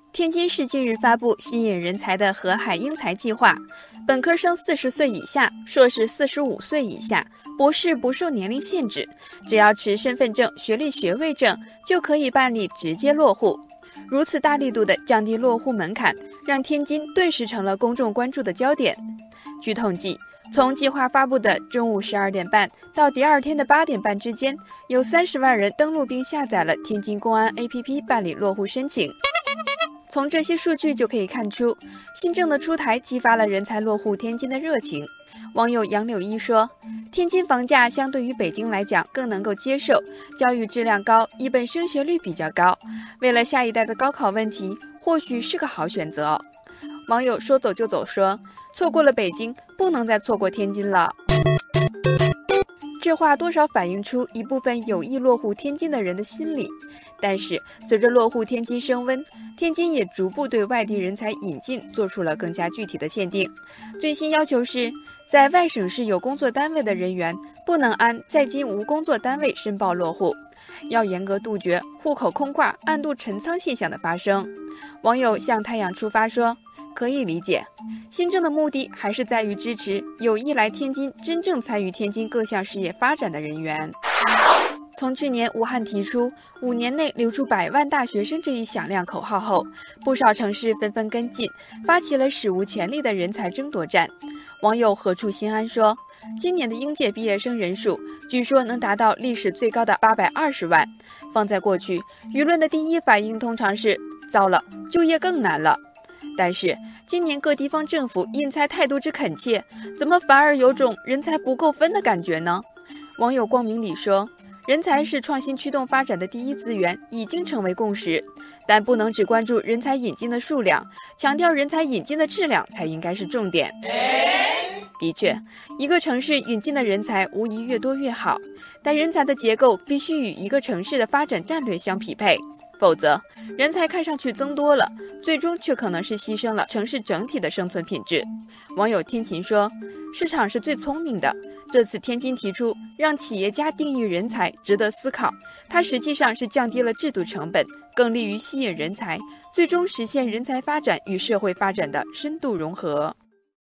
天津市近日发布吸引人才的河海英才计划，本科生40岁以下，硕士45岁以下，博士不受年龄限制，只要持身份证、学历学位证就可以办理直接落户。如此大力度的降低落户门槛，让天津顿时成了公众关注的焦点。据统计，从计划发布的中午12点半到第二天的8点半之间，有30万人登录并下载了天津公安 APP 办理落户申请。从这些数据就可以看出，新政的出台激发了人才落户天津的热情。网友杨柳一说，天津房价相对于北京来讲更能够接受，教育质量高，一本升学率比较高，为了下一代的高考问题，或许是个好选择。网友说走就走说，错过了北京，不能再错过天津了。这话多少反映出一部分有意落户天津的人的心理，但是随着落户天津升温，天津也逐步对外地人才引进做出了更加具体的限定。最新要求是，在外省市有工作单位的人员不能按在京无工作单位申报落户，要严格杜绝户口空挂、暗度陈仓现象的发生。网友向太阳出发说，可以理解，新政的目的还是在于支持有意来天津真正参与天津各项事业发展的人员。从去年武汉提出5年内留住100万大学生这一响亮口号后，不少城市纷纷跟进，发起了史无前例的人才争夺战。网友何处心安说，今年的应届毕业生人数据说能达到历史最高的820万。放在过去，舆论的第一反应通常是糟了，就业更难了。但是今年各地方政府引才态度之恳切，怎么反而有种人才不够分的感觉呢？网友光明里说，人才是创新驱动发展的第一资源，已经成为共识，但不能只关注人才引进的数量，强调人才引进的质量才应该是重点。的确，一个城市引进的人才无疑越多越好，但人才的结构必须与一个城市的发展战略相匹配，否则人才看上去增多了，最终却可能是牺牲了城市整体的生存品质。网友天琴说，市场是最聪明的，这次天津提出让企业家定义人才值得思考，它实际上是降低了制度成本，更利于吸引人才，最终实现人才发展与社会发展的深度融合。